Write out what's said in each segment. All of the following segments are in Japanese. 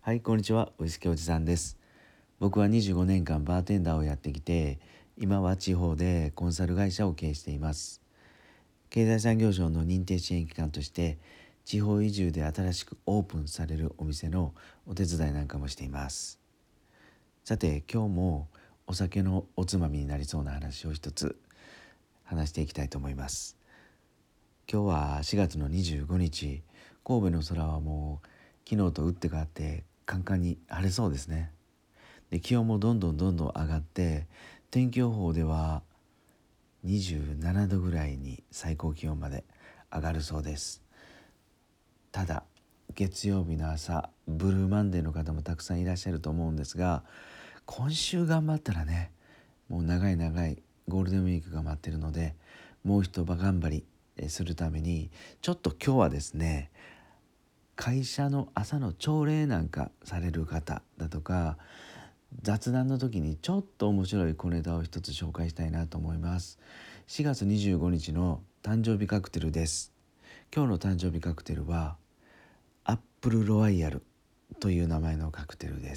はい、こんにちは。ウイスキーおじさんです。僕は25年間バーテンダーをやってきて、今は地方でコンサル会社を経営しています。経済産業省の認定支援機関として、地方移住で新しくオープンされるお店のお手伝いなんかもしています。さて、今日もお酒のおつまみになりそうな話を一つ話していきたいと思います。今日は4月の25日、神戸の空はもう昨日と打って変わってカンカンに晴れそうですね。で、気温もどんどん上がって、天気予報では27度ぐらいに最高気温まで上がるそうです。ただ月曜日の朝、ブルーマンデーの方もたくさんいらっしゃると思うんですが、今週頑張ったらね、もう長いゴールデンウィークが待ってるので、もう一場頑張りするために、ちょっと今日はですね、会社の朝の朝礼なんかされる方だとか、雑談の時にちょっと面白い小ネタを一つ紹介したいなと思います。4月25日の誕生日カクテルです。今日の誕生日カクテルはアップルロワイヤルという名前のカクテルです。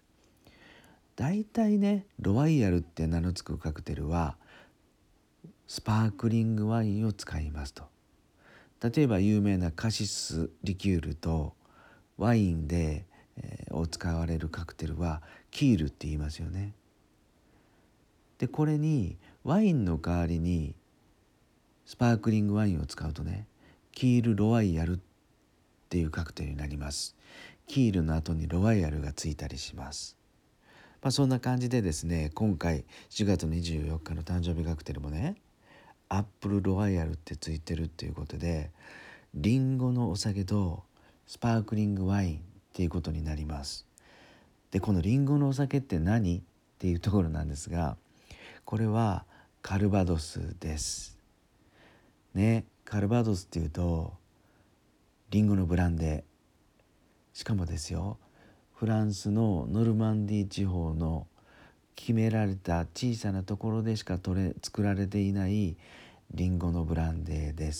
だいたいね、ロワイヤルって名の付くカクテルはスパークリングワインを使いますと。例えば有名なカシスリキュールとワインで、を使われるカクテルはキールって言いますよね。で、これにワインの代わりにスパークリングワインを使うとね、キールロワイヤルっていうカクテルになります。キールの後にロワイヤルがついたりします。そんな感じでですね、今回4月24日の誕生日カクテルもね、アップルロワイヤルってついてるっていうことで、リンゴのお酒とスパークリングワインっていうことになります。で、このリンゴのお酒って何っていうところなんですが、これはカルバドスですね。カルバドスっていうとリンゴのブランデー、しかもですよ、フランスのノルマンディー地方の決められた小さなところでしか作られていないリンゴのブランデーです。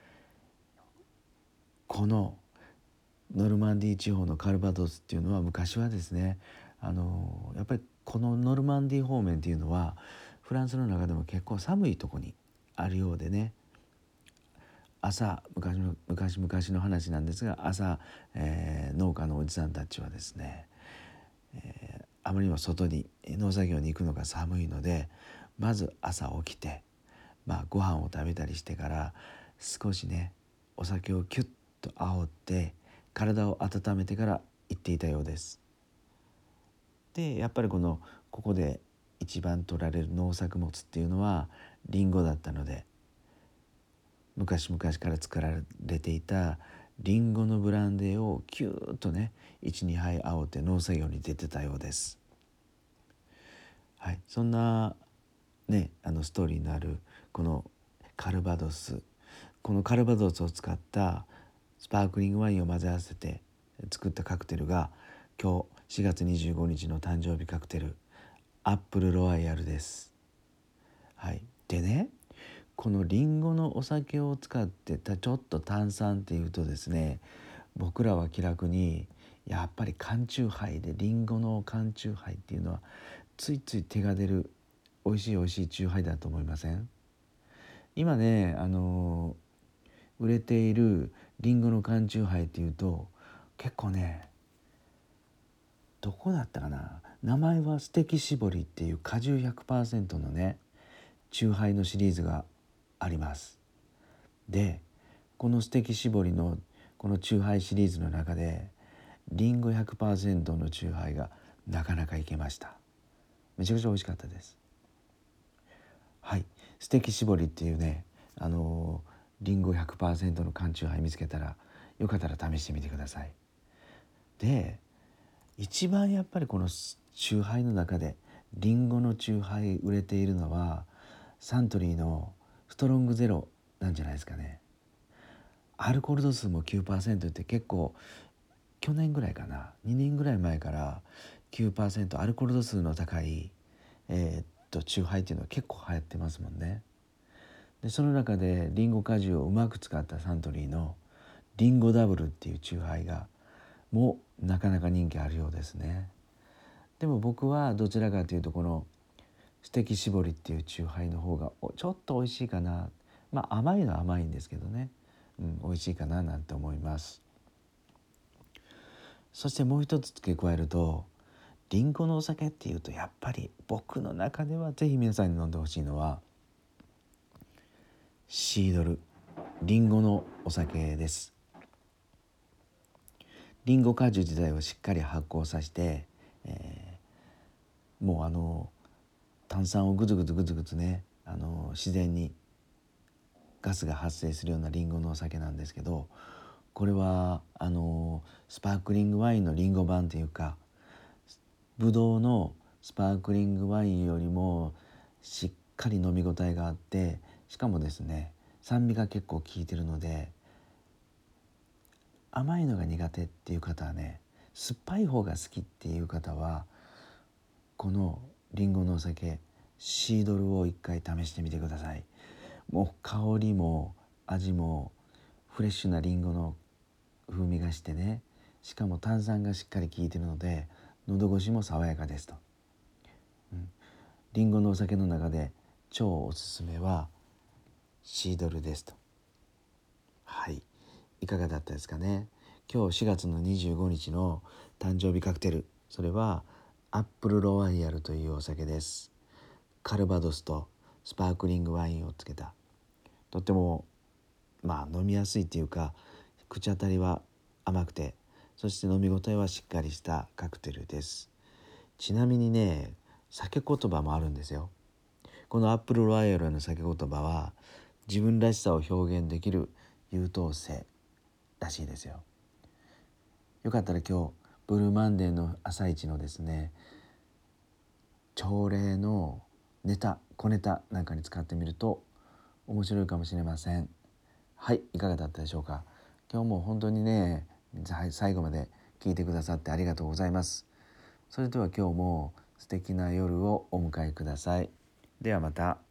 このノルマンディー地方のカルバドスっていうのは昔はですね、やっぱりこのノルマンディー方面っていうのはフランスの中でも結構寒いとこにあるようでね、昔の話なんですが、朝、農家のおじさんたちはですね、あまりにも外に農作業に行くのが寒いので、まず朝起きて、ご飯を食べたりしてから少しね、お酒をキュッと煽って体を温めてから行っていたようです。で、やっぱりここで一番取られる農作物っていうのはリンゴだったので、昔々から作られていたリンゴのブランデーをキューッとね、 1,2 杯煽って農作業に出てたようです。はい、そんなね、ストーリーのあるこのカルバドス、このカルバドスを使ったスパークリングワインを混ぜ合わせて作ったカクテルが今日4月25日の誕生日カクテル、アップルロワイヤルです。はい、でね、このリンゴのお酒を使ってちょっと炭酸っていうとですね、僕らは気楽にやっぱり缶チューハイで、リンゴの缶チューハイっていうのはついつい手が出る美味しいチューハイだと思いません？今ね、売れているリンゴの缶チューハイっていうと結構ね、どこだったかな、名前はステキ搾りっていう果汁100%のねチューハイのシリーズがあります。で、このステキ搾りのこのチューハイシリーズの中でリンゴ100%のチューハイがなかなかいけました。めちゃくちゃ美味しかったです。はい、ステキ搾りっていうね、リンゴ100%の缶チューハイ見つけたらよかったら試してみてください。で、一番やっぱりこのチューハイの中でリンゴのチューハイ売れているのはサントリーのストロングゼロなんじゃないですかね。アルコール度数も 9% って結構去年ぐらいかな、2年ぐらい前から 9% アルコール度数の高いチューハイっていうのは結構流行ってますもんね。で、その中でリンゴ果汁をうまく使ったサントリーのリンゴダブルっていうチューハイがもなかなか人気あるようですね。でも僕はどちらかというとこのステキ絞りっていうチューハイの方がちょっと美味しいかな。甘いのは甘いんですけどね、美味しいかななんて思います。そしてもう一つ付け加えると、リンゴのお酒っていうとやっぱり僕の中ではぜひ皆さんに飲んでほしいのはシードル、リンゴのお酒です。リンゴ果汁自体をしっかり発酵させて、もう炭酸をぐずぐずぐずぐずね、自然にガスが発生するようなリンゴのお酒なんですけど、これはスパークリングワインのリンゴ版というか、ブドウのスパークリングワインよりもしっかり飲み応えがあって、しかもですね酸味が結構効いてるので、甘いのが苦手っていう方はね、酸っぱい方が好きっていう方はこのリンゴのお酒シードルを一回試してみてください。もう香りも味もフレッシュなリンゴの風味がしてね、しかも炭酸がしっかり効いてるので喉越しも爽やかですと。リンゴのお酒の中で超おすすめはシードルですと。はい、いかがだったですかね。今日4月の25日の誕生日カクテル、それはアップルロワイヤルというお酒です。カルバドスとスパークリングワインをつけた、とっても飲みやすいっていうか、口当たりは甘くて、そして飲み応えはしっかりしたカクテルです。ちなみにね、酒言葉もあるんですよ。このアップルロワイヤルの酒言葉は、自分らしさを表現できる優等生らしいですよ。よかったら今日ブルーマンデーの朝一のですね、朝礼の小ネタなんかに使ってみると面白いかもしれません。はい、いかがだったでしょうか。今日も本当にね、最後まで聞いてくださってありがとうございます。それでは今日も素敵な夜をお迎えください。ではまた。